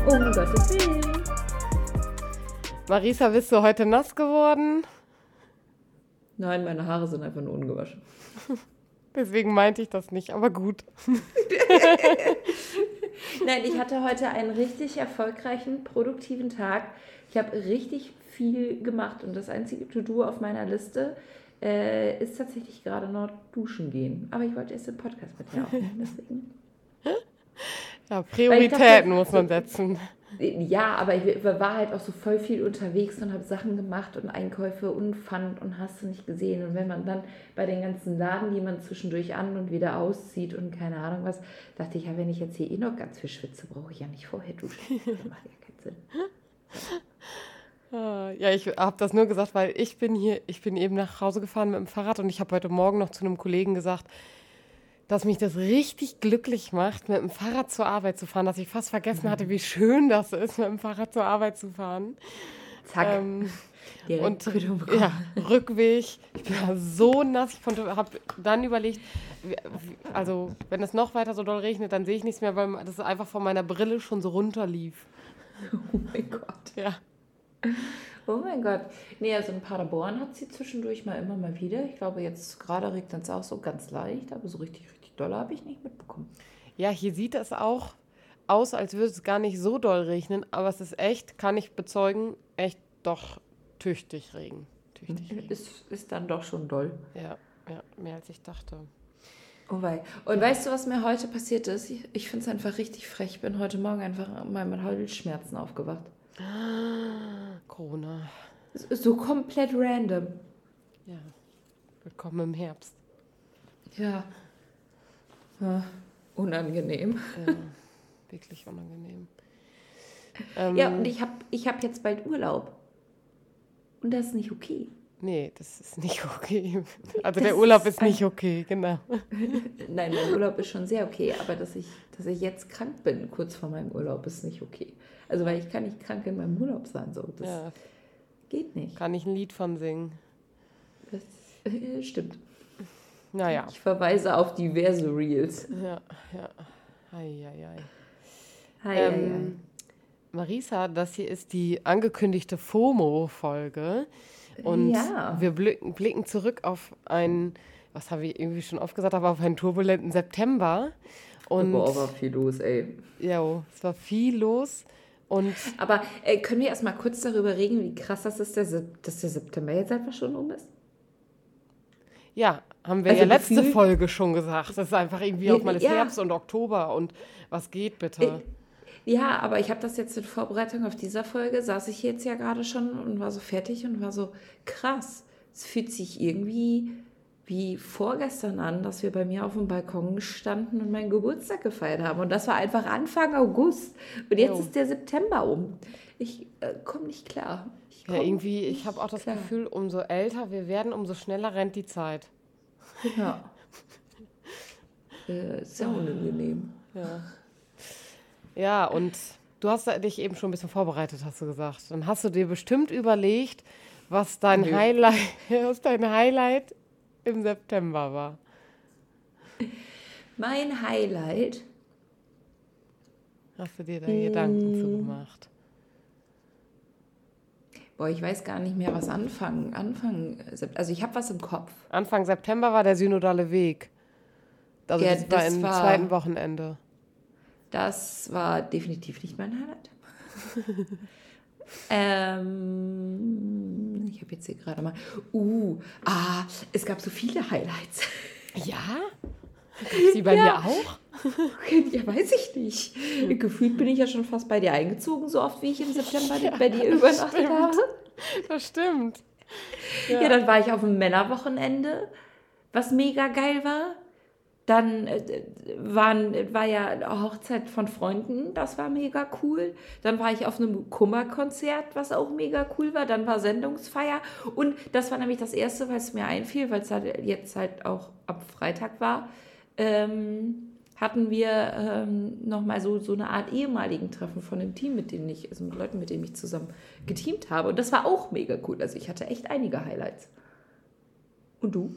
Um Gottes Willen. Marisa, bist du heute nass geworden? Nein, meine Haare sind einfach nur ungewaschen. Deswegen meinte ich das nicht, aber gut. Nein, ich hatte heute einen richtig erfolgreichen, produktiven Tag. Ich habe richtig viel gemacht und das einzige To-Do auf meiner Liste ist tatsächlich gerade noch duschen gehen. Aber ich wollte erst den Podcast mit dir aufnehmen, deswegen. Ja, Weil ich dachte, Prioritäten muss man setzen. ja, aber ich war halt auch so voll viel unterwegs und habe Sachen gemacht und Einkäufe und Pfand und hast du nicht gesehen. Und wenn man dann bei den ganzen Laden, die man zwischendurch an und wieder auszieht und keine Ahnung was, dachte ich, ja, wenn ich jetzt hier eh noch ganz viel schwitze, brauche ich ja nicht vorher duschen. Das macht ja keinen Sinn. Ja, ich habe das nur gesagt, weil ich bin eben nach Hause gefahren mit dem Fahrrad und ich habe heute Morgen noch zu einem Kollegen gesagt, dass mich das richtig glücklich macht, mit dem Fahrrad zur Arbeit zu fahren, dass ich fast vergessen hatte, wie schön das ist, mit dem Fahrrad zur Arbeit zu fahren. Zack, direkt Und Quittung bekommen. ja, Rückweg, ich war so nass, ich habe dann überlegt, also wenn es noch weiter so doll regnet, dann sehe ich nichts mehr, weil das einfach von meiner Brille schon so runterlief. Oh mein Gott. Ja. Oh mein Gott. Nee, also in Paderborn hat sie zwischendurch immer mal wieder. Ich glaube, jetzt gerade regnet es auch so ganz leicht, aber so richtig doll habe ich nicht mitbekommen. Ja, hier sieht es auch aus, als würde es gar nicht so doll regnen, aber es ist echt, kann ich bezeugen, echt doch tüchtig Regen. Ist dann doch schon doll. Ja, mehr als ich dachte. Oh wei. Und weißt du, was mir heute passiert ist? Ich finde es einfach richtig frech. Ich bin heute Morgen einfach mal mit Halsschmerzen aufgewacht. Corona. Es ist so komplett random. Ja, willkommen im Herbst. Ja. Unangenehm. Ja, wirklich unangenehm. Ja, und ich hab jetzt bald Urlaub. Und das ist nicht okay. Nee, das ist nicht okay. Also der Urlaub ist nicht okay, genau. Nein, mein Urlaub ist schon sehr okay, aber dass ich jetzt krank bin, kurz vor meinem Urlaub, ist nicht okay. Also, weil ich kann nicht krank in meinem Urlaub sein, so. Das geht nicht. Kann ich ein Lied von singen. Das stimmt. Naja. Ich verweise auf diverse Reels. Ja. Ei. Hi. Marisa, das hier ist die angekündigte FOMO-Folge. Und wir blicken zurück auf einen, was habe ich irgendwie schon oft gesagt, aber auf einen turbulenten September. Und war viel los, ey. Ja, es war viel los. Aber können wir erstmal kurz darüber reden, wie krass das ist, dass der September jetzt einfach schon um ist? Ja, haben wir also ja letzte Folge schon gesagt. Das ist einfach irgendwie auch mal das Herbst und Oktober und was geht bitte? Ja, aber ich habe das jetzt in Vorbereitung auf dieser Folge, saß ich jetzt ja gerade schon und war so fertig und war so krass. Es fühlt sich irgendwie wie vorgestern an, dass wir bei mir auf dem Balkon standen und meinen Geburtstag gefeiert haben. Und das war einfach Anfang August. Und jetzt ist der September um. Ich komme nicht klar. Ich habe auch das Gefühl, umso älter wir werden, umso schneller rennt die Zeit. Ja. Sehr unangenehm. Ja, und du hast dich eben schon ein bisschen vorbereitet, hast du gesagt. Dann hast du dir bestimmt überlegt, was dein Highlight im September war. Mein Highlight? Hast du dir da Gedanken zu gemacht? Boah, ich weiß gar nicht mehr, was Anfang, also ich habe was im Kopf. Anfang September war der synodale Weg. Also das war im zweiten Wochenende. Das war definitiv nicht mein Highlight. Ich habe jetzt hier gerade mal... es gab so viele Highlights. Ja? Gab's die bei mir auch? Ja, weiß ich nicht. Gefühlt bin ich ja schon fast bei dir eingezogen, so oft wie ich im September bei dir übernachtet habe. Das stimmt. Ja, dann war ich auf einem Männerwochenende, was mega geil war. Dann war ja Hochzeit von Freunden, das war mega cool. Dann war ich auf einem Kummerkonzert, was auch mega cool war. Dann war Sendungsfeier. Und das war nämlich das Erste, was mir einfiel, weil es halt jetzt halt auch ab Freitag war, hatten wir nochmal so eine Art ehemaligen Treffen von dem Team, mit Leuten, mit denen ich zusammen geteamt habe. Und das war auch mega cool. Also ich hatte echt einige Highlights. Und du?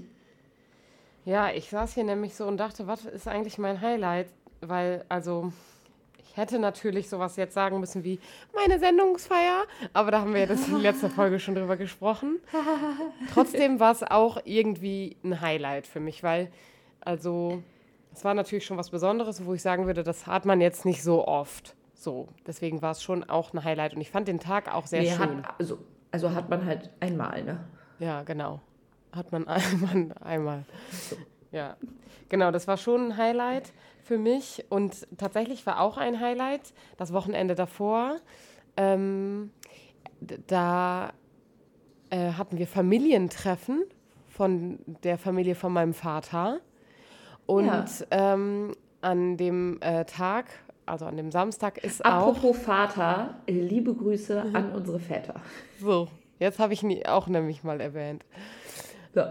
Ja, ich saß hier nämlich so und dachte, was ist eigentlich mein Highlight? Weil, also, Ich hätte natürlich sowas jetzt sagen müssen wie meine Sendungsfeier, aber da haben wir ja das in letzter Folge schon drüber gesprochen. Trotzdem war es auch irgendwie ein Highlight für mich, weil, also, es war natürlich schon was Besonderes, wo ich sagen würde, das hat man jetzt nicht so oft. So, deswegen war es schon auch ein Highlight und ich fand den Tag auch sehr schön. Also hat man halt einmal, ne? Ja, genau. Hat man einmal. Ja, genau, das war schon ein Highlight für mich. Und tatsächlich war auch ein Highlight das Wochenende davor. Da hatten wir Familientreffen von der Familie von meinem Vater. Und an dem Tag, also an dem Samstag, ist Apropos Vater, liebe Grüße an unsere Väter. So, jetzt habe ich ihn auch nämlich mal erwähnt. So.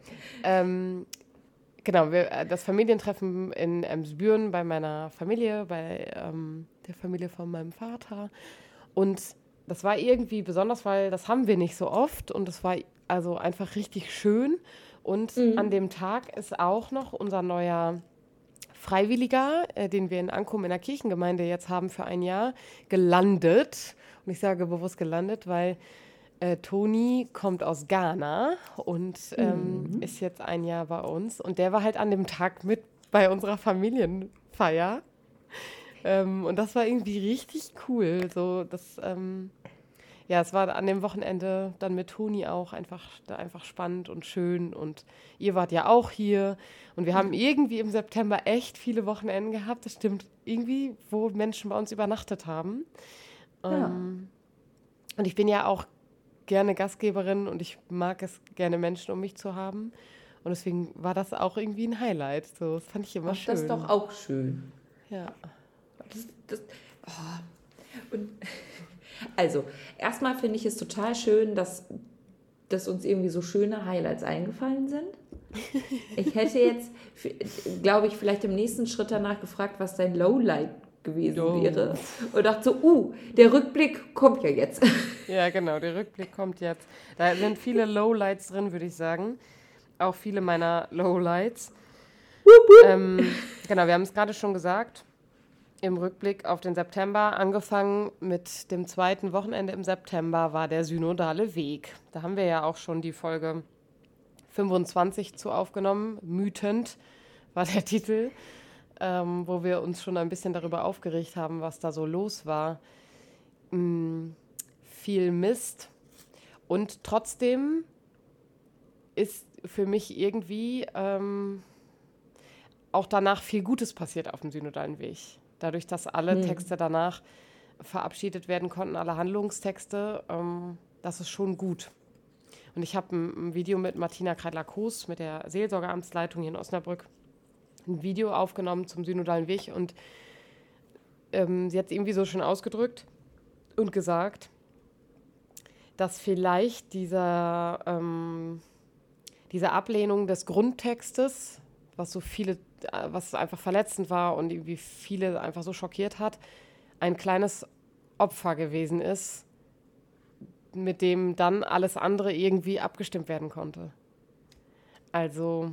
Genau, das Familientreffen in Emsbüren bei meiner Familie, bei der Familie von meinem Vater. Und das war irgendwie besonders, weil das haben wir nicht so oft und das war also einfach richtig schön. Und an dem Tag ist auch noch unser neuer Freiwilliger, den wir in Ankum in der Kirchengemeinde jetzt haben für ein Jahr, gelandet. Und ich sage bewusst gelandet, weil Toni kommt aus Ghana und ist jetzt ein Jahr bei uns. Und der war halt an dem Tag mit bei unserer Familienfeier. Und das war irgendwie richtig cool. So, es war an dem Wochenende dann mit Toni auch einfach spannend und schön. Und ihr wart ja auch hier. Und wir haben irgendwie im September echt viele Wochenenden gehabt. Das stimmt irgendwie, wo Menschen bei uns übernachtet haben. Ja. Und ich bin ja auch gerne Gastgeberin und ich mag es gerne, Menschen um mich zu haben. Und deswegen war das auch irgendwie ein Highlight. So, das fand ich immer schön. Das ist doch auch schön. Ja. Und also, erstmal finde ich es total schön, dass uns irgendwie so schöne Highlights eingefallen sind. Ich hätte jetzt, glaube ich, vielleicht im nächsten Schritt danach gefragt, was dein Lowlight gewesen wäre. Und dachte so, der Rückblick kommt ja jetzt. Ja, genau, der Rückblick kommt jetzt. Da sind viele Lowlights drin, würde ich sagen. Auch viele meiner Lowlights. Genau, wir haben es gerade schon gesagt. Im Rückblick auf den September, angefangen mit dem zweiten Wochenende im September, war der synodale Weg. Da haben wir ja auch schon die Folge 25 zu aufgenommen. Mütend war der Titel, wo wir uns schon ein bisschen darüber aufgeregt haben, was da so los war. Viel Mist. Und trotzdem ist für mich irgendwie auch danach viel Gutes passiert auf dem synodalen Weg. Dadurch, dass alle Texte danach verabschiedet werden konnten, alle Handlungstexte, das ist schon gut. Und ich habe ein Video mit Martina Kreidler-Koos, mit der Seelsorgeamtsleitung hier in Osnabrück, ein Video aufgenommen zum synodalen Weg. Und sie hat es irgendwie so schön ausgedrückt und gesagt, dass vielleicht diese Ablehnung des Grundtextes, was einfach verletzend war und irgendwie viele einfach so schockiert hat, ein kleines Opfer gewesen ist, mit dem dann alles andere irgendwie abgestimmt werden konnte. Also,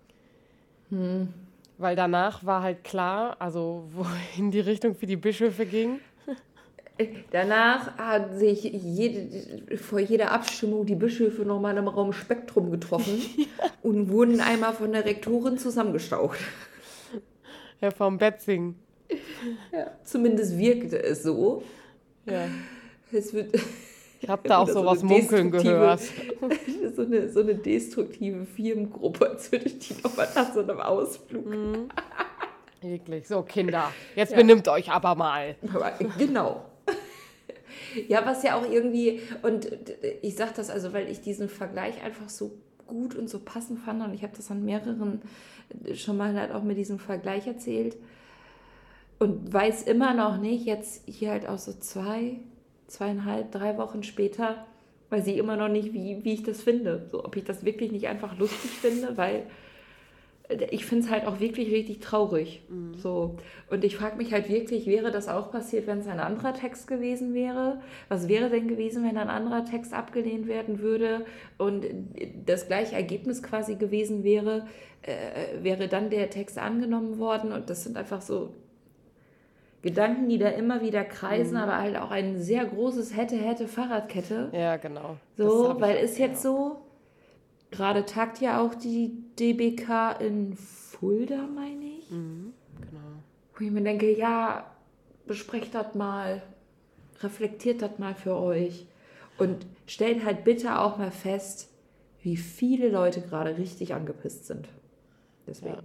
weil danach war halt klar, also wohin die Richtung für die Bischöfe ging. Danach hat sich vor jeder Abstimmung die Bischöfe nochmal im Raum Spektrum getroffen und wurden einmal von der Rektorin zusammengestaucht. Ja, vom Betzing. Ja, zumindest wirkte es so. Ja. Es wird ich habe da auch sowas munkeln gehört. so eine destruktive Firmengruppe, als würde ich die nochmal nach so einem Ausflug. Eklig. So, Kinder, jetzt benimmt euch aber mal. Genau. Ja, was ja auch irgendwie, und ich sage das also, weil ich diesen Vergleich einfach so gut und so passend fand und ich habe das an mehreren schon mal halt auch mit diesem Vergleich erzählt und weiß immer noch nicht, jetzt hier halt auch so 2,5, 3 Wochen später, weiß ich immer noch nicht, wie ich das finde. So, ob ich das wirklich nicht einfach lustig finde, weil ich finde es halt auch wirklich richtig traurig. So. Und ich frage mich halt wirklich, wäre das auch passiert, wenn es ein anderer Text gewesen wäre? Was wäre denn gewesen, wenn ein anderer Text abgelehnt werden würde und das gleiche Ergebnis quasi gewesen wäre, wäre dann der Text angenommen worden? Und das sind einfach so Gedanken, die da immer wieder kreisen, aber halt auch ein sehr großes hätte Fahrradkette. Ja, genau. So, weil ist jetzt so, gerade tagt ja auch die DBK in Fulda, meine ich. Genau. Wo ich mir denke, ja, besprecht das mal, reflektiert das mal für euch und stellt halt bitte auch mal fest, wie viele Leute gerade richtig angepisst sind. Deswegen.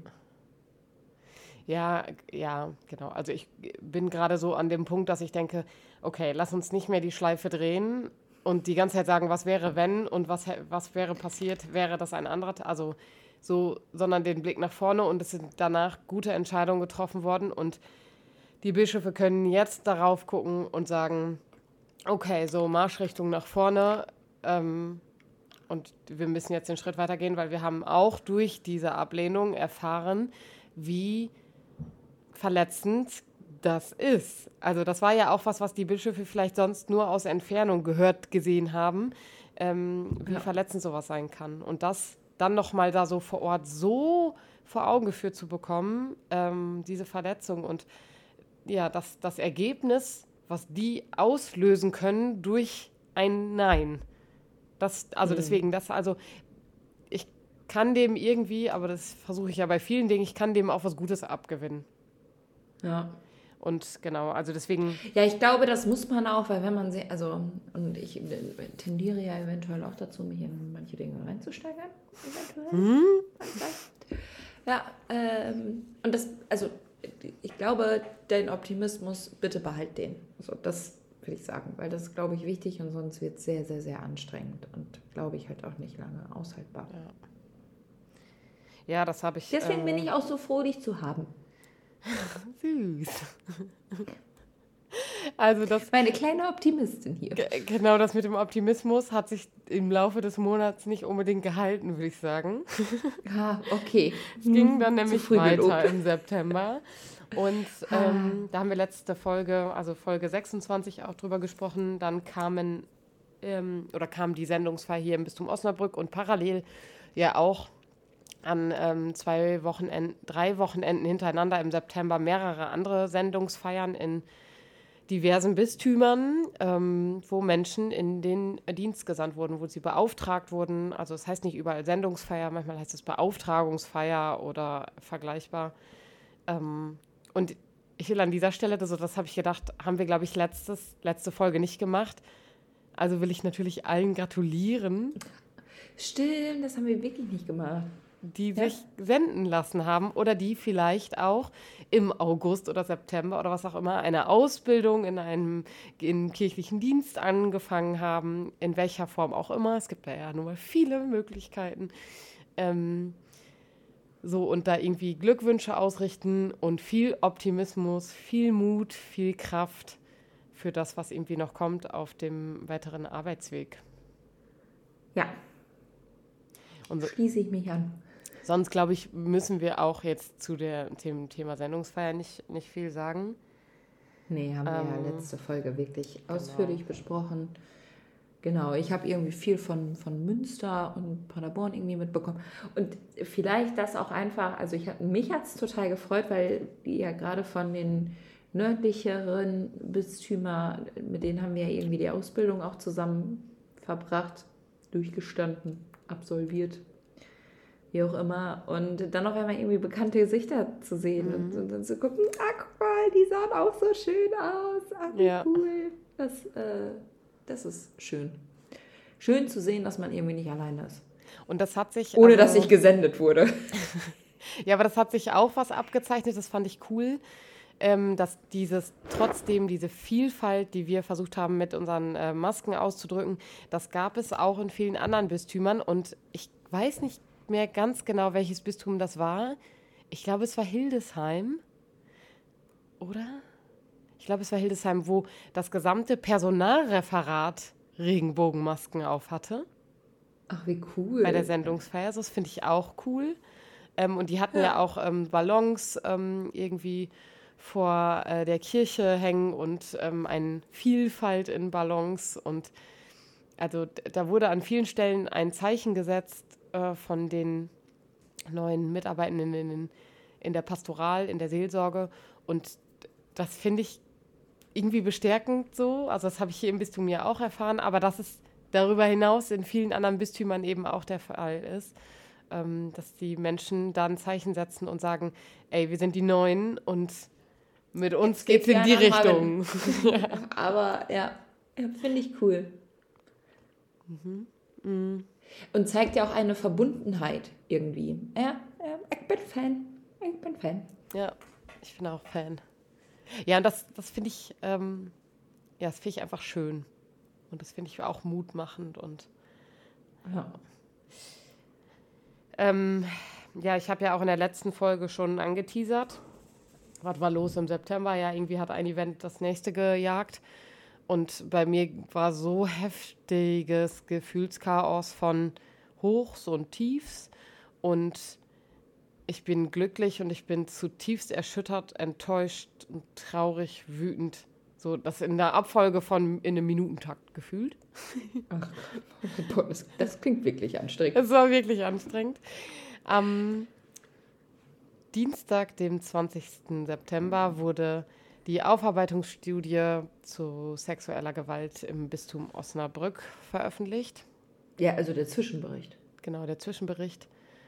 Ja, genau. Also ich bin gerade so an dem Punkt, dass ich denke, okay, lass uns nicht mehr die Schleife drehen und die ganze Zeit sagen, was wäre, wenn und was wäre passiert, wäre das ein anderer, also so, sondern den Blick nach vorne und es sind danach gute Entscheidungen getroffen worden und die Bischöfe können jetzt darauf gucken und sagen, okay, so Marschrichtung nach vorne, und wir müssen jetzt den Schritt weitergehen, weil wir haben auch durch diese Ablehnung erfahren, wie verletzend das ist. Also das war ja auch was die Bischöfe vielleicht sonst nur aus Entfernung gesehen haben, wie verletzend sowas sein kann. Und das dann nochmal da so vor Ort so vor Augen geführt zu bekommen, diese Verletzung und ja, das Ergebnis, was die auslösen können durch ein Nein. Deswegen, ich kann dem irgendwie, aber das versuche ich ja bei vielen Dingen, ich kann dem auch was Gutes abgewinnen. Ja. Und genau, also deswegen. Ja, ich glaube, das muss man auch, weil wenn man und ich tendiere ja eventuell auch dazu, mich in manche Dinge reinzusteigern, eventuell. Ja, und ich glaube, den Optimismus, bitte behalt den. Also das würde ich sagen, weil das ist, glaube ich, wichtig und sonst wird es sehr, sehr, sehr anstrengend und, glaube ich, halt auch nicht lange aushaltbar. Ja, das habe ich. Deswegen bin ich auch so froh, dich zu haben. Süß. Also meine kleine Optimistin hier. Genau, das mit dem Optimismus hat sich im Laufe des Monats nicht unbedingt gehalten, würde ich sagen. Okay. Es ging dann nämlich weiter im September. Und da haben wir letzte Folge, also Folge 26 auch drüber gesprochen. Dann kam die Sendungsfeier hier im Bistum Osnabrück und parallel ja auch an 3 Wochenenden hintereinander im September mehrere andere Sendungsfeiern in diversen Bistümern, wo Menschen in den Dienst gesandt wurden, wo sie beauftragt wurden. Also es heißt nicht überall Sendungsfeier, manchmal heißt es Beauftragungsfeier oder vergleichbar. Und ich will an dieser Stelle, das habe ich gedacht, haben wir, glaube ich, letzte Folge nicht gemacht. Also will ich natürlich allen gratulieren. Stimmt, das haben wir wirklich nicht gemacht. Die sich senden lassen haben oder die vielleicht auch im August oder September oder was auch immer eine Ausbildung in kirchlichen Dienst angefangen haben, in welcher Form auch immer. Es gibt da ja nun mal viele Möglichkeiten. Und da irgendwie Glückwünsche ausrichten und viel Optimismus, viel Mut, viel Kraft für das, was irgendwie noch kommt auf dem weiteren Arbeitsweg. Ja. Und schließe ich mich an. Sonst, glaube ich, müssen wir auch jetzt zu dem Thema Sendungsfeier nicht viel sagen. Nee, haben wir ja letzte Folge wirklich ausführlich besprochen. Genau, ich habe irgendwie viel von Münster und Paderborn irgendwie mitbekommen. Und vielleicht das auch einfach, also mich hat es total gefreut, weil die ja gerade von den nördlicheren Bistümer, mit denen haben wir ja irgendwie die Ausbildung auch zusammen verbracht, durchgestanden, absolviert. Wie auch immer. Und dann noch einmal irgendwie bekannte Gesichter zu sehen und dann zu gucken, guck mal, die sahen auch so schön aus. Wie cool. Das ist schön. Schön zu sehen, dass man irgendwie nicht alleine ist. Und das hat sich... Ohne, dass ich gesendet wurde. Ja, aber das hat sich auch was abgezeichnet, das fand ich cool, dass trotzdem diese Vielfalt, die wir versucht haben, mit unseren Masken auszudrücken, das gab es auch in vielen anderen Bistümern und ich weiß nicht mehr ganz genau, welches Bistum das war. Ich glaube, es war Hildesheim. Oder? Ich glaube, es war Hildesheim, wo das gesamte Personalreferat Regenbogenmasken auf hatte. Ach, wie cool. Bei der Sendungsfeier. Das finde ich auch cool. Und die hatten ja auch Ballons irgendwie vor der Kirche hängen und eine Vielfalt in Ballons. Und also da wurde an vielen Stellen ein Zeichen gesetzt von den neuen Mitarbeitenden in der Pastoral, in der Seelsorge. Und das finde ich irgendwie bestärkend so. Also das habe ich hier im Bistum ja auch erfahren, aber dass es darüber hinaus in vielen anderen Bistümern eben auch der Fall ist, dass die Menschen da ein Zeichen setzen und sagen, ey, wir sind die Neuen und mit uns geht's in die Richtung. Aber ja, finde ich cool. Und zeigt ja auch eine Verbundenheit irgendwie. Ja, ich bin Fan. Ich bin Fan. Ja, ich bin auch Fan. Ja, und das finde ich, das finde ich einfach schön. Und das finde ich auch mutmachend. Und Ja. ja, ich habe ja auch in der letzten Folge schon angeteasert. Was war los im September? Ja, irgendwie hat ein Event das nächste gejagt. Und bei mir war so heftiges Gefühlschaos von Hochs und Tiefs. Und ich bin glücklich und ich bin zutiefst erschüttert, enttäuscht und traurig, wütend. So, das in der Abfolge von in einem Minutentakt gefühlt. Ach, boah, das klingt wirklich anstrengend. Es war wirklich anstrengend. Am Dienstag, dem 20. September, wurde die Aufarbeitungsstudie zu sexueller Gewalt im Bistum Osnabrück veröffentlicht. Ja, also der Zwischenbericht. Genau, der Zwischenbericht.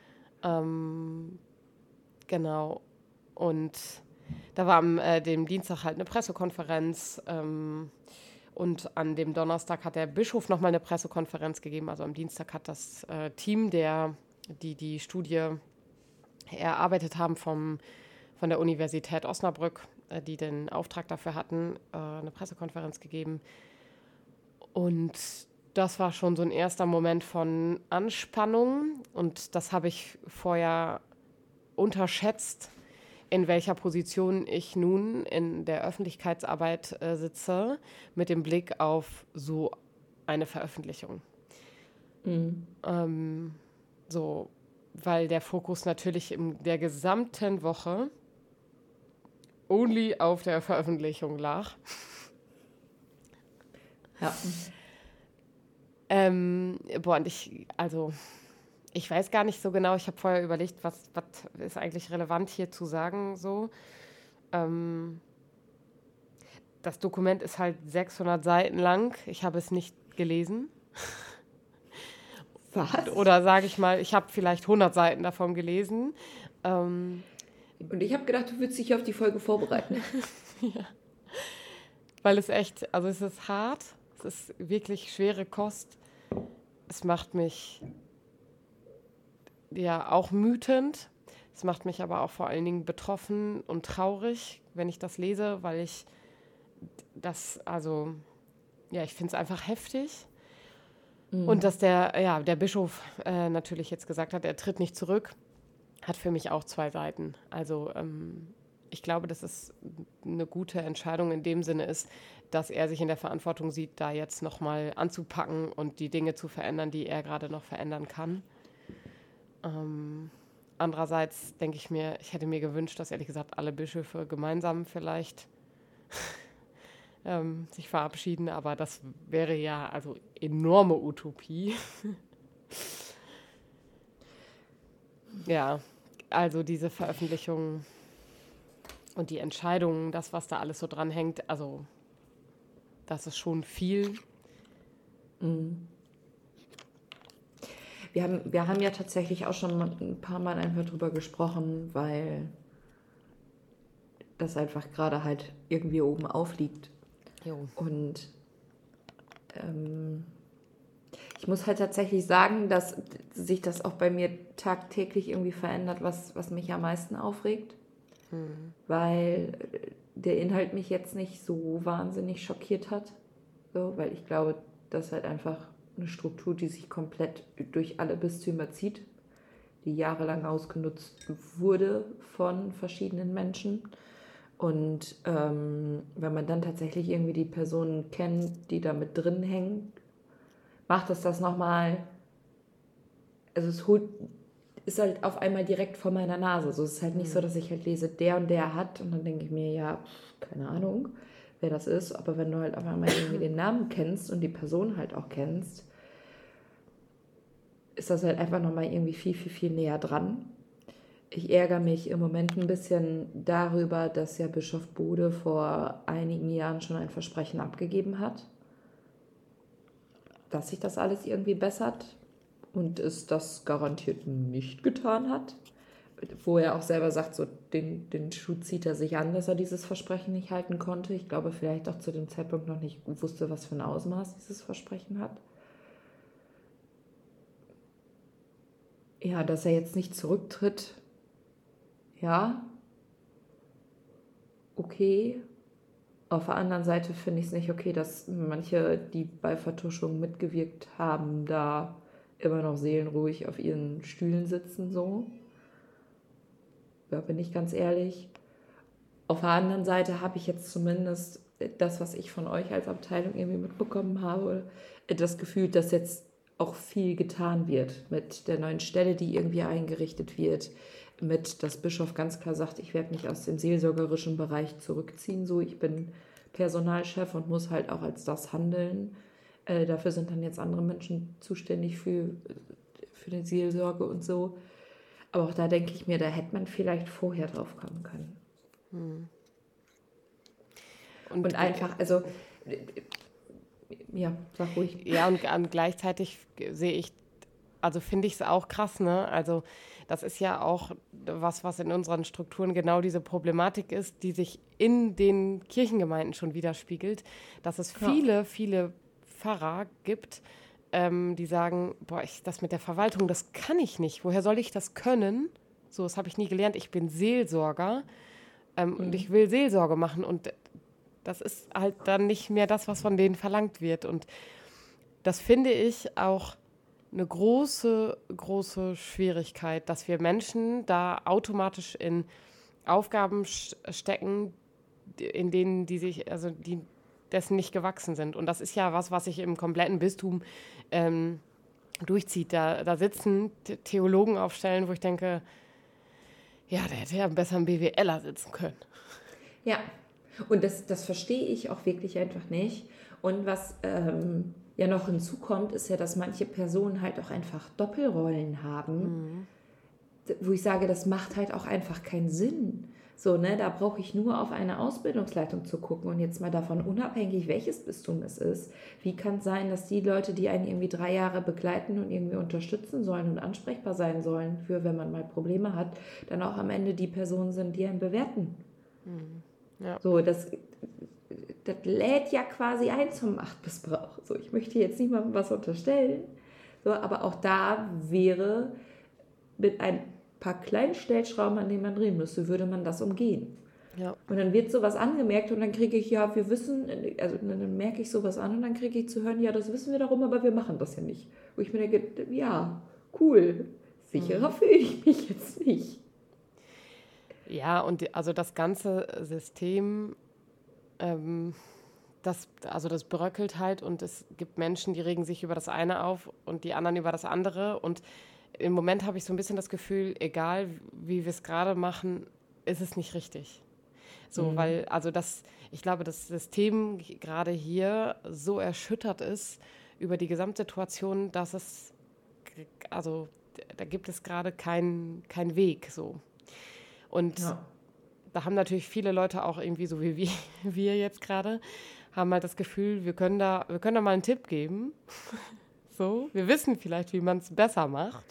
Genau. Und da war am dem Dienstag halt eine Pressekonferenz. Und an dem Donnerstag hat der Bischof nochmal eine Pressekonferenz gegeben. Also am Dienstag hat das Team, die Studie erarbeitet haben von der Universität Osnabrück, die den Auftrag dafür hatten, eine Pressekonferenz gegeben. Und das war schon so ein erster Moment von Anspannung. Und das habe ich vorher unterschätzt, in welcher Position ich nun in der Öffentlichkeitsarbeit sitze, mit dem Blick auf so eine Veröffentlichung. So, weil der Fokus natürlich in der gesamten Woche only auf der Veröffentlichung lag. Ja. Und ich weiß gar nicht so genau, ich habe vorher überlegt, was ist eigentlich relevant hier zu sagen, so. Das Dokument ist halt 600 Seiten lang, ich habe es nicht gelesen. Was? Oder sage ich mal, ich habe vielleicht 100 Seiten davon gelesen. Und ich habe gedacht, du würdest dich auf die Folge vorbereiten. Ja. Weil es echt, also es ist hart, es ist wirklich schwere Kost. Es macht mich ja auch wütend. Es macht mich aber auch vor allen Dingen betroffen und traurig, wenn ich das lese, weil ich das, also, ja, ich finde es einfach heftig. Und dass der Bischof natürlich jetzt gesagt hat, er tritt nicht zurück, hat für mich auch 2 Seiten. Also ich glaube, dass es eine gute Entscheidung in dem Sinne ist, dass er sich in der Verantwortung sieht, da jetzt nochmal anzupacken und die Dinge zu verändern, die er gerade noch verändern kann. Andererseits denke ich mir, ich hätte mir gewünscht, dass ehrlich gesagt alle Bischöfe gemeinsam vielleicht sich verabschieden, aber das wäre ja also enorme Utopie. Ja, also diese Veröffentlichung und die Entscheidungen, das, was da alles so dran hängt, also das ist schon viel. Wir haben ja tatsächlich auch schon ein paar Mal einfach drüber gesprochen, weil das einfach gerade halt irgendwie oben aufliegt. Jo. Und ich muss halt tatsächlich sagen, dass sich das auch bei mir tagtäglich irgendwie verändert, was mich am meisten aufregt. Weil der Inhalt mich jetzt nicht so wahnsinnig schockiert hat. So, weil ich glaube, das ist halt einfach eine Struktur, die sich komplett durch alle Bistümer zieht, die jahrelang ausgenutzt wurde von verschiedenen Menschen. Und wenn man dann tatsächlich irgendwie die Personen kennt, die da mit drin hängen, macht das nochmal, also ist halt auf einmal direkt vor meiner Nase. Also es ist halt nicht so, dass ich halt lese, der und der hat und dann denke ich mir, ja, keine Ahnung, wer das ist. Aber wenn du halt auf einmal irgendwie den Namen kennst und die Person halt auch kennst, ist das halt einfach nochmal irgendwie viel, viel, viel näher dran. Ich ärgere mich im Moment ein bisschen darüber, dass ja Bischof Bode vor einigen Jahren schon ein Versprechen abgegeben hat, dass sich das alles irgendwie bessert und es das garantiert nicht getan hat. Wo er auch selber sagt, so den Schuh zieht er sich an, dass er dieses Versprechen nicht halten konnte. Ich glaube, vielleicht auch zu dem Zeitpunkt noch nicht wusste, was für ein Ausmaß dieses Versprechen hat. Ja, dass er jetzt nicht zurücktritt, ja, okay. Auf der anderen Seite finde ich es nicht okay, dass manche, die bei Vertuschung mitgewirkt haben, da immer noch seelenruhig auf ihren Stühlen sitzen, so. Da bin ich ganz ehrlich. Auf der anderen Seite habe ich jetzt zumindest das, was ich von euch als Abteilung irgendwie mitbekommen habe, das Gefühl, dass jetzt auch viel getan wird mit der neuen Stelle, die irgendwie eingerichtet wird, mit, dass Bischof ganz klar sagt, ich werde mich aus dem seelsorgerischen Bereich zurückziehen, so ich bin Personalchef und muss halt auch als das handeln. Dafür sind dann jetzt andere Menschen zuständig für die Seelsorge und so. Aber auch da denke ich mir, da hätte man vielleicht vorher drauf kommen können. Und einfach, also, ja, sag ruhig. Ja, und gleichzeitig sehe ich, also finde ich es auch krass, ne? Also das ist ja auch was in unseren Strukturen genau diese Problematik ist, die sich in den Kirchengemeinden schon widerspiegelt, dass es viele Pfarrer gibt, die sagen, boah, das mit der Verwaltung, das kann ich nicht. Woher soll ich das können? So, das habe ich nie gelernt. Ich bin Seelsorger und ich will Seelsorge machen und das ist halt dann nicht mehr das, was von denen verlangt wird. Und das finde ich auch eine große, große Schwierigkeit, dass wir Menschen da automatisch in Aufgaben stecken, in denen die dessen nicht gewachsen sind. Und das ist ja was sich im kompletten Bistum durchzieht. Da sitzen Theologen auf Stellen, wo ich denke, ja, der hätte ja besser ein BWLer sitzen können. Ja, und das verstehe ich auch wirklich einfach nicht. Und was ja noch hinzukommt, ist ja, dass manche Personen halt auch einfach Doppelrollen haben, wo ich sage, das macht halt auch einfach keinen Sinn. So, ne, da brauche ich nur auf eine Ausbildungsleitung zu gucken und jetzt mal davon unabhängig, welches Bistum es ist. Wie kann es sein, dass die Leute, die einen irgendwie 3 Jahre begleiten und irgendwie unterstützen sollen und ansprechbar sein sollen für, wenn man mal Probleme hat, dann auch am Ende die Personen sind, die einen bewerten? Ja. So, das lädt ja quasi ein zum Machtmissbrauch. So, ich möchte jetzt niemandem was unterstellen, so, aber auch da wäre mit ein paar kleinen Stellschrauben, an denen man drehen müsste, würde man das umgehen. Ja. Und dann wird sowas angemerkt und dann kriege ich, ja, wir wissen, also dann merke ich sowas an und dann kriege ich zu hören, ja, das wissen wir darum, aber wir machen das ja nicht. Wo ich mir denke, ja, cool, sicherer fühle ich mich jetzt nicht. Ja, und also das ganze System, das bröckelt halt und es gibt Menschen, die regen sich über das eine auf und die anderen über das andere. Und im Moment habe ich so ein bisschen das Gefühl, egal wie wir es gerade machen, ist es nicht richtig. So, weil, ich glaube, das System gerade hier so erschüttert ist über die Gesamtsituation, dass da gibt es gerade keinen Weg, so. Und da haben natürlich viele Leute auch irgendwie, so wie wir jetzt gerade, haben halt das Gefühl, wir können da mal einen Tipp geben. So, wir wissen vielleicht, wie man es besser macht.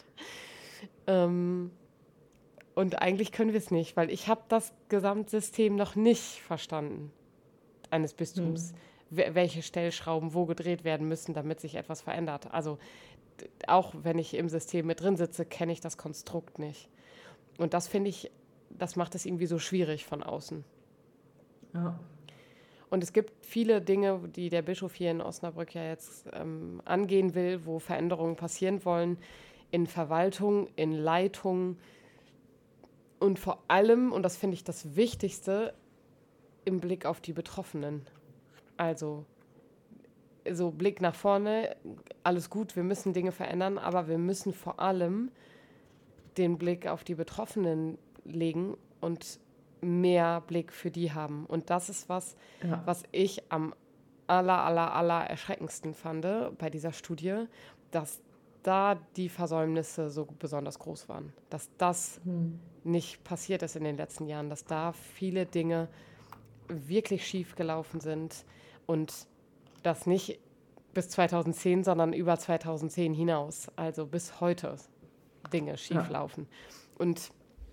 Und eigentlich können wir es nicht, weil ich habe das Gesamtsystem noch nicht verstanden eines Bistums, welche Stellschrauben wo gedreht werden müssen, damit sich etwas verändert. Also auch wenn ich im System mit drin sitze, kenne ich das Konstrukt nicht. Und das finde ich, das macht es irgendwie so schwierig von außen. Ja. Und es gibt viele Dinge, die der Bischof hier in Osnabrück ja jetzt angehen will, wo Veränderungen passieren wollen, in Verwaltung, in Leitung und vor allem, und das finde ich das Wichtigste, im Blick auf die Betroffenen. Also so Blick nach vorne, alles gut, wir müssen Dinge verändern, aber wir müssen vor allem den Blick auf die Betroffenen legen und mehr Blick für die haben. Und das ist was ich am aller erschreckendsten fand bei dieser Studie, dass da die Versäumnisse so besonders groß waren. Dass das nicht passiert ist in den letzten Jahren, dass da viele Dinge wirklich schief gelaufen sind und das nicht bis 2010, sondern über 2010 hinaus, also bis heute Dinge schief laufen. Und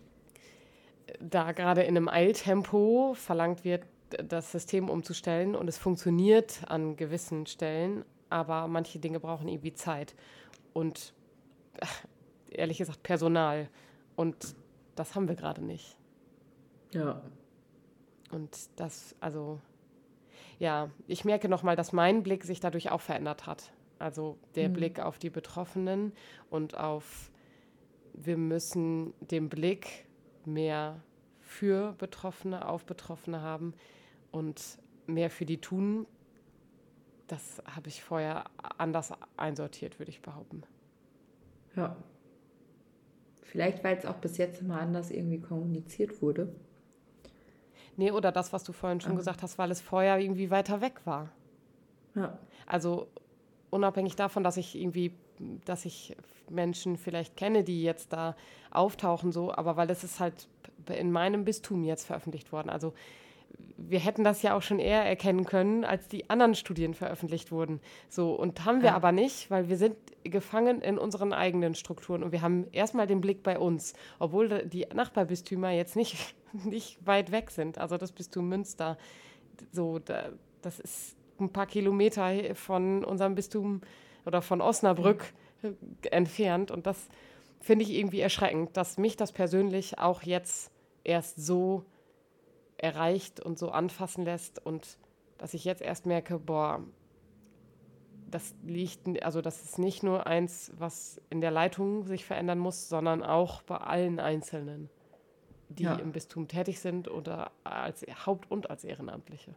da gerade in einem Eiltempo verlangt wird, das System umzustellen und es funktioniert an gewissen Stellen, aber manche Dinge brauchen irgendwie Zeit und ehrlich gesagt Personal und das haben wir gerade nicht. Ja. Und das, also, ja, ich merke nochmal, dass mein Blick sich dadurch auch verändert hat. Also der Blick auf die Betroffenen und wir müssen den Blick mehr für Betroffene, auf Betroffene haben und mehr für die tun. Das habe ich vorher anders einsortiert, würde ich behaupten. Ja. Vielleicht, weil es auch bis jetzt immer anders irgendwie kommuniziert wurde. Nee, oder das, was du vorhin schon gesagt hast, weil es vorher irgendwie weiter weg war. Ja. Also unabhängig davon, dass ich Menschen vielleicht kenne, die jetzt da auftauchen, so, aber weil es ist halt in meinem Bistum jetzt veröffentlicht worden. Also wir hätten das ja auch schon eher erkennen können, als die anderen Studien veröffentlicht wurden. So, und haben wir aber nicht, weil wir sind gefangen in unseren eigenen Strukturen und wir haben erstmal den Blick bei uns, obwohl die Nachbarbistümer jetzt nicht weit weg sind. Also das Bistum Münster, so, das ist ein paar Kilometer von unserem Bistum oder von Osnabrück entfernt und das finde ich irgendwie erschreckend, dass mich das persönlich auch jetzt erst so erreicht und so anfassen lässt und dass ich jetzt erst merke, boah, das ist nicht nur eins, was in der Leitung sich verändern muss, sondern auch bei allen Einzelnen, die im Bistum tätig sind oder als Haupt- und als Ehrenamtliche.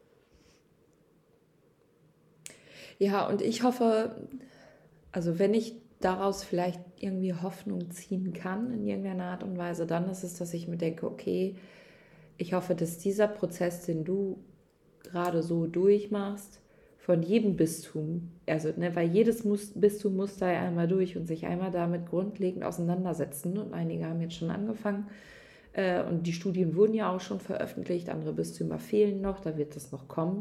Ja, und ich hoffe, also wenn ich daraus vielleicht irgendwie Hoffnung ziehen kann in irgendeiner Art und Weise, dann ist es, dass ich mir denke, okay, ich hoffe, dass dieser Prozess, den du gerade so durchmachst, von jedem Bistum, also weil jedes Bistum muss da ja einmal durch und sich einmal damit grundlegend auseinandersetzen und einige haben jetzt schon angefangen und die Studien wurden ja auch schon veröffentlicht, andere Bistümer fehlen noch, da wird das noch kommen.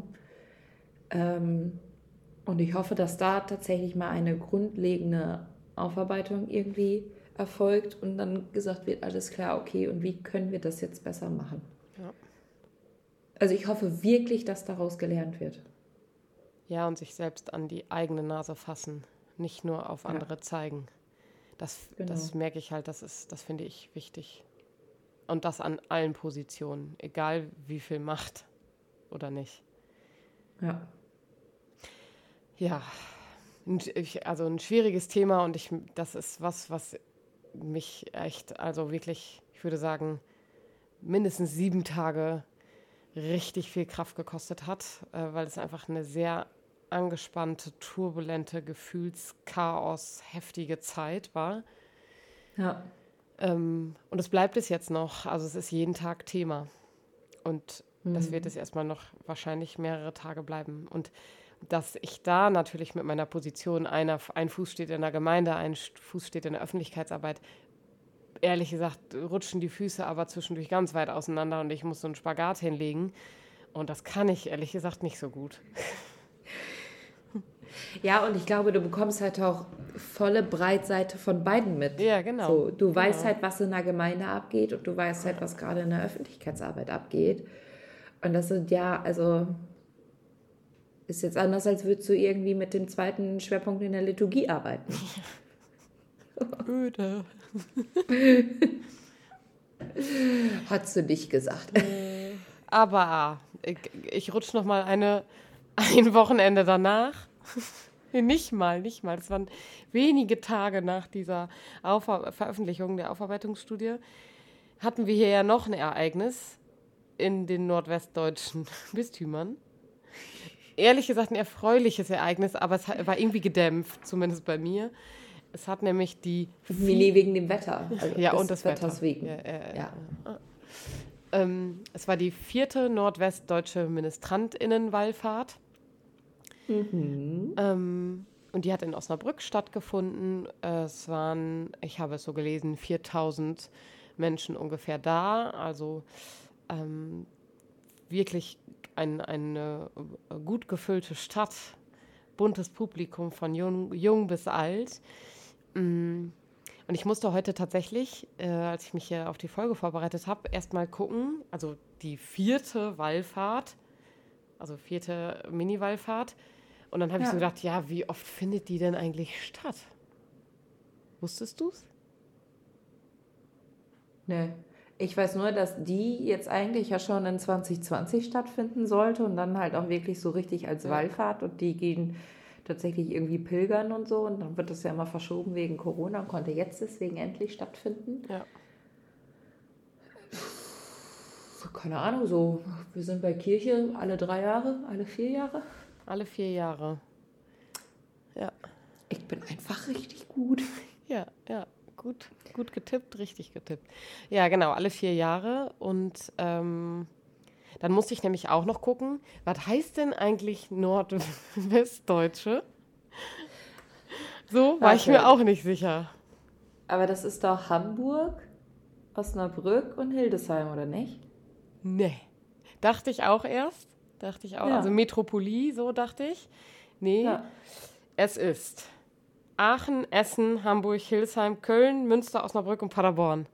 Und ich hoffe, dass da tatsächlich mal eine grundlegende Aufarbeitung irgendwie erfolgt und dann gesagt wird, alles klar, okay, und wie können wir das jetzt besser machen? Ja. Also ich hoffe wirklich, dass daraus gelernt wird. Ja, und sich selbst an die eigene Nase fassen, nicht nur auf andere zeigen. Das merke ich halt, das finde ich wichtig. Und das an allen Positionen, egal wie viel Macht oder nicht. Ja. Ja, also ein schwieriges Thema und das ist was mich echt, also wirklich, ich würde sagen, mindestens 7 Tage richtig viel Kraft gekostet hat, weil es einfach eine sehr angespannte, turbulente, Gefühlschaos, heftige Zeit war. Ja. Und es bleibt es jetzt noch, also es ist jeden Tag Thema. Und das wird es erstmal noch wahrscheinlich mehrere Tage bleiben. Und dass ich da natürlich mit meiner Position, ein Fuß steht in der Gemeinde, ein Fuß steht in der Öffentlichkeitsarbeit, ehrlich gesagt rutschen die Füße aber zwischendurch ganz weit auseinander und ich muss so einen Spagat hinlegen. Und das kann ich ehrlich gesagt nicht so gut. Ja, und ich glaube, du bekommst halt auch volle Breitseite von beiden mit. Ja, genau. So, du weißt halt, was in der Gemeinde abgeht und du weißt halt, was gerade in der Öffentlichkeitsarbeit abgeht. Und das sind also ist jetzt anders, als würdest du irgendwie mit dem zweiten Schwerpunkt in der Liturgie arbeiten. Öde. Hast du nicht gesagt. Aber ich rutsche noch mal ein Wochenende danach. Nicht mal. Das waren wenige Tage nach dieser Veröffentlichung der Aufarbeitungsstudie. Hatten wir hier ja noch ein Ereignis in den nordwestdeutschen Bistümern. Ehrlich gesagt ein erfreuliches Ereignis, aber es war irgendwie gedämpft, zumindest bei mir. Es hat nämlich wegen dem Wetter. Also ja, und das Wetters Wetter. wegen. Ja. Es war die 4. nordwestdeutsche Ministrantinnenwallfahrt. Und Und die hat in Osnabrück stattgefunden. Es waren, ich habe es so gelesen, 4.000 Menschen ungefähr da. Also wirklich eine gut gefüllte Stadt, buntes Publikum von jung bis alt. Und ich musste heute tatsächlich, als ich mich hier auf die Folge vorbereitet habe, erstmal gucken, also die 4. Wallfahrt, also 4. Mini-Wallfahrt. Und dann habe ich so gedacht, ja, wie oft findet die denn eigentlich statt? Wusstest du's? Nee. Ich weiß nur, dass die jetzt eigentlich ja schon in 2020 stattfinden sollte und dann halt auch wirklich so richtig als Wallfahrt und die gehen tatsächlich irgendwie pilgern und so und dann wird das ja immer verschoben wegen Corona und konnte jetzt deswegen endlich stattfinden. Ja. Keine Ahnung, so, wir sind bei Kirche alle 3 Jahre, alle 4 Jahre. Alle 4 Jahre. Ja. Ich bin einfach richtig gut. Ja. Gut getippt, richtig getippt. Ja, genau, alle 4 Jahre. Und dann musste ich nämlich auch noch gucken, was heißt denn eigentlich Nordwestdeutsche? So war ich mir auch nicht sicher. Aber das ist doch Hamburg, Osnabrück und Hildesheim, oder nicht? Nee. Dachte ich auch erst. Also Metropolie, so dachte ich. Nee, es ist Aachen, Essen, Hamburg, Hildesheim, Köln, Münster, Osnabrück und Paderborn.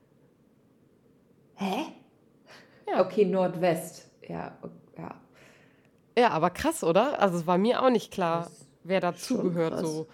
Hä? Ja. Okay, Nordwest. Ja. Ja, aber krass, oder? Also es war mir auch nicht klar, wer dazugehört. So.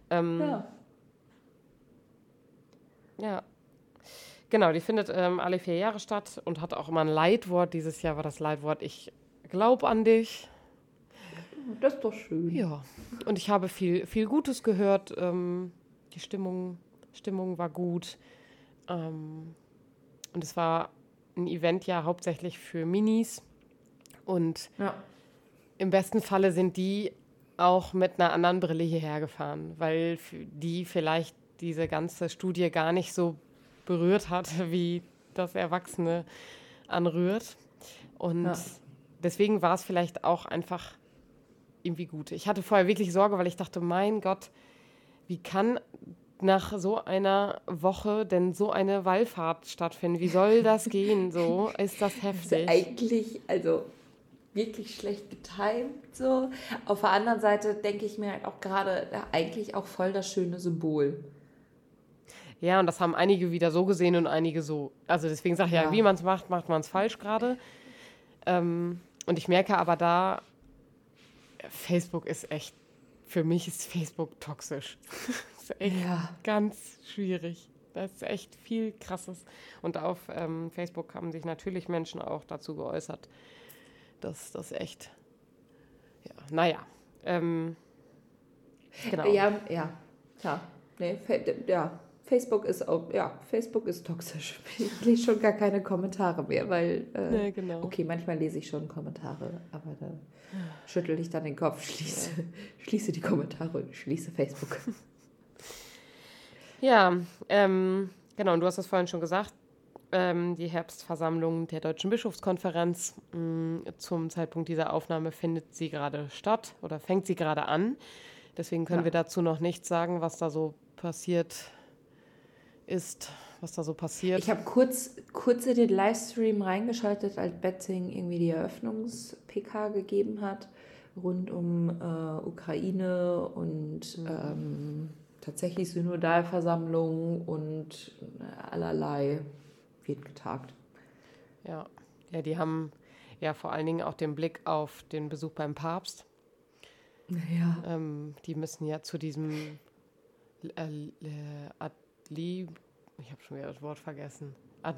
Ja. Genau, die findet alle 4 Jahre statt und hat auch immer ein Leitwort. Dieses Jahr war das Leitwort "Ich glaub an dich". Das ist doch schön. Ja, und ich habe viel Gutes gehört. Die Stimmung war gut. Und es war ein Event ja hauptsächlich für Minis. Und im besten Falle sind die auch mit einer anderen Brille hierher gefahren, weil die vielleicht diese ganze Studie gar nicht so berührt hat, wie das Erwachsene anrührt. Und deswegen war es vielleicht auch einfach irgendwie gut. Ich hatte vorher wirklich Sorge, weil ich dachte, mein Gott, wie kann nach so einer Woche denn so eine Wallfahrt stattfinden? Wie soll das gehen? So ist das heftig. Das ist eigentlich, also wirklich schlecht getimt so. Auf der anderen Seite denke ich mir halt auch gerade, eigentlich auch voll das schöne Symbol. Ja, und das haben einige wieder so gesehen und einige so. Also deswegen sage ich ja, wie man es macht man es falsch gerade. Und ich merke aber da, Facebook ist echt, für mich ist Facebook toxisch. Das ist echt ganz schwierig. Das ist echt viel Krasses. Und auf Facebook haben sich natürlich Menschen auch dazu geäußert, dass das echt, genau. Ja, klar. Nee, Facebook ist toxisch. Ich lese schon gar keine Kommentare mehr, weil, nee, genau. Okay, manchmal lese ich schon Kommentare, aber da schüttel ich dann den Kopf, schließe die Kommentare und schließe Facebook. Ja, genau, und du hast es vorhin schon gesagt, die Herbstversammlung der Deutschen Bischofskonferenz, zum Zeitpunkt dieser Aufnahme findet sie gerade statt oder fängt sie gerade an. Deswegen können wir dazu noch nichts sagen, was da so passiert ist, was da so passiert. Ich habe kurz in den Livestream reingeschaltet, als Betzing irgendwie die Eröffnungs-PK gegeben hat, rund um Ukraine und tatsächlich Synodalversammlung und allerlei wird getagt. Ja, die haben ja vor allen Dingen auch den Blick auf den Besuch beim Papst. Ja. Die müssen ja zu diesem ich habe schon wieder das Wort vergessen.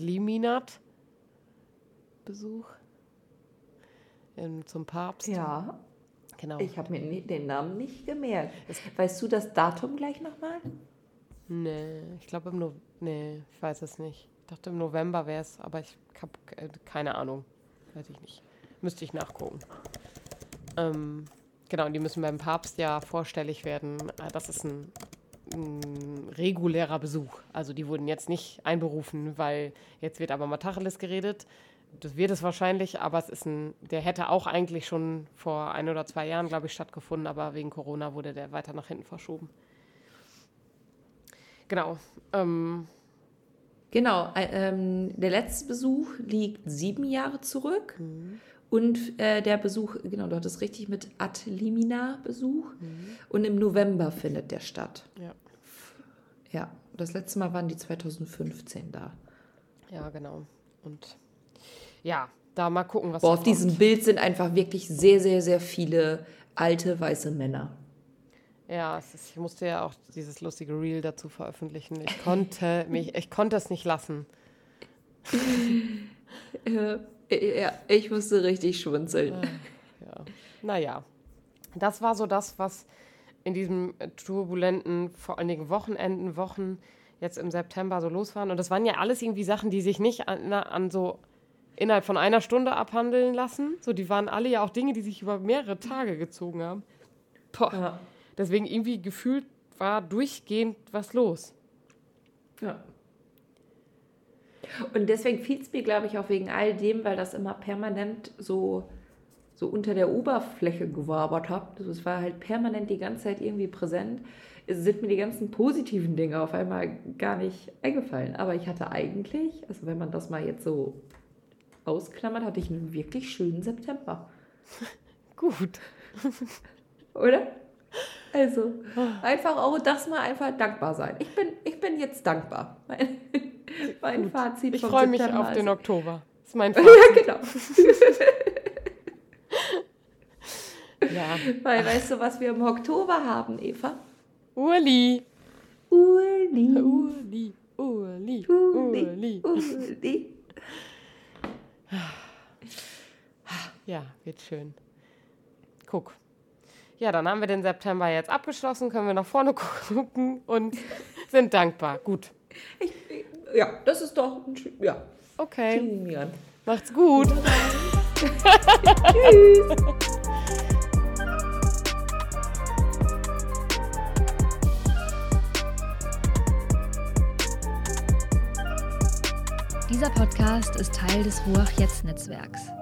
Adliminat-Besuch zum Papst. Ja, genau. Ich habe mir den Namen nicht gemerkt. Weißt du das Datum gleich nochmal? Nee, ich glaube ich weiß es nicht. Ich dachte im November wäre es, aber ich habe keine Ahnung. Weiß ich nicht. Müsste ich nachgucken. Genau, und die müssen beim Papst ja vorstellig werden. Das ist ein regulärer Besuch. Also die wurden jetzt nicht einberufen, weil jetzt wird aber mal Tacheles geredet, das wird es wahrscheinlich, aber der hätte auch eigentlich schon vor 1 oder 2 Jahren, glaube ich, stattgefunden, aber wegen Corona wurde der weiter nach hinten verschoben. Genau. Genau, der letzte Besuch liegt 7 Jahre zurück. Und der Besuch, genau, du hattest richtig mit Ad Limina Besuch. Und im November findet der statt. Ja. Ja, das letzte Mal waren die 2015 da. Ja, genau. Und ja, da mal gucken, was auf diesem Bild sind einfach wirklich sehr, sehr, sehr viele alte, weiße Männer. Ja, ich musste ja auch dieses lustige Reel dazu veröffentlichen. Ich konnte es nicht lassen. Ja, ich musste richtig schmunzeln. Ja. Naja, das war so das, was in diesem turbulenten, vor allen Dingen Wochen jetzt im September so los waren. Und das waren ja alles irgendwie Sachen, die sich nicht an so innerhalb von 1 Stunde abhandeln lassen. So, die waren alle ja auch Dinge, die sich über mehrere Tage gezogen haben. Boah. Ja. Deswegen irgendwie gefühlt war durchgehend was los. Ja. Und deswegen fiel es mir, glaube ich, auch wegen all dem, weil das immer permanent so unter der Oberfläche gewabert hat. Also es war halt permanent die ganze Zeit irgendwie präsent. Es sind mir die ganzen positiven Dinge auf einmal gar nicht eingefallen. Aber ich hatte eigentlich, also wenn man das mal jetzt so ausklammert, hatte ich einen wirklich schönen September. Gut. Oder? Also, einfach auch das mal einfach dankbar sein. Ich bin jetzt dankbar. Mein Fazit ich vom freue September. Ich freue mich auf den Oktober. Das ist mein Fazit. Ja, genau. Ja. Weil, weißt du, was wir im Oktober haben, Eva? Urli. Ja, wird schön. Guck. Ja, dann haben wir den September jetzt abgeschlossen, können wir nach vorne gucken und sind dankbar. Gut. Ja, das ist doch ja. Okay. Macht's gut. Tschüss. Dieser Podcast ist Teil des Ruach Jetzt Netzwerks.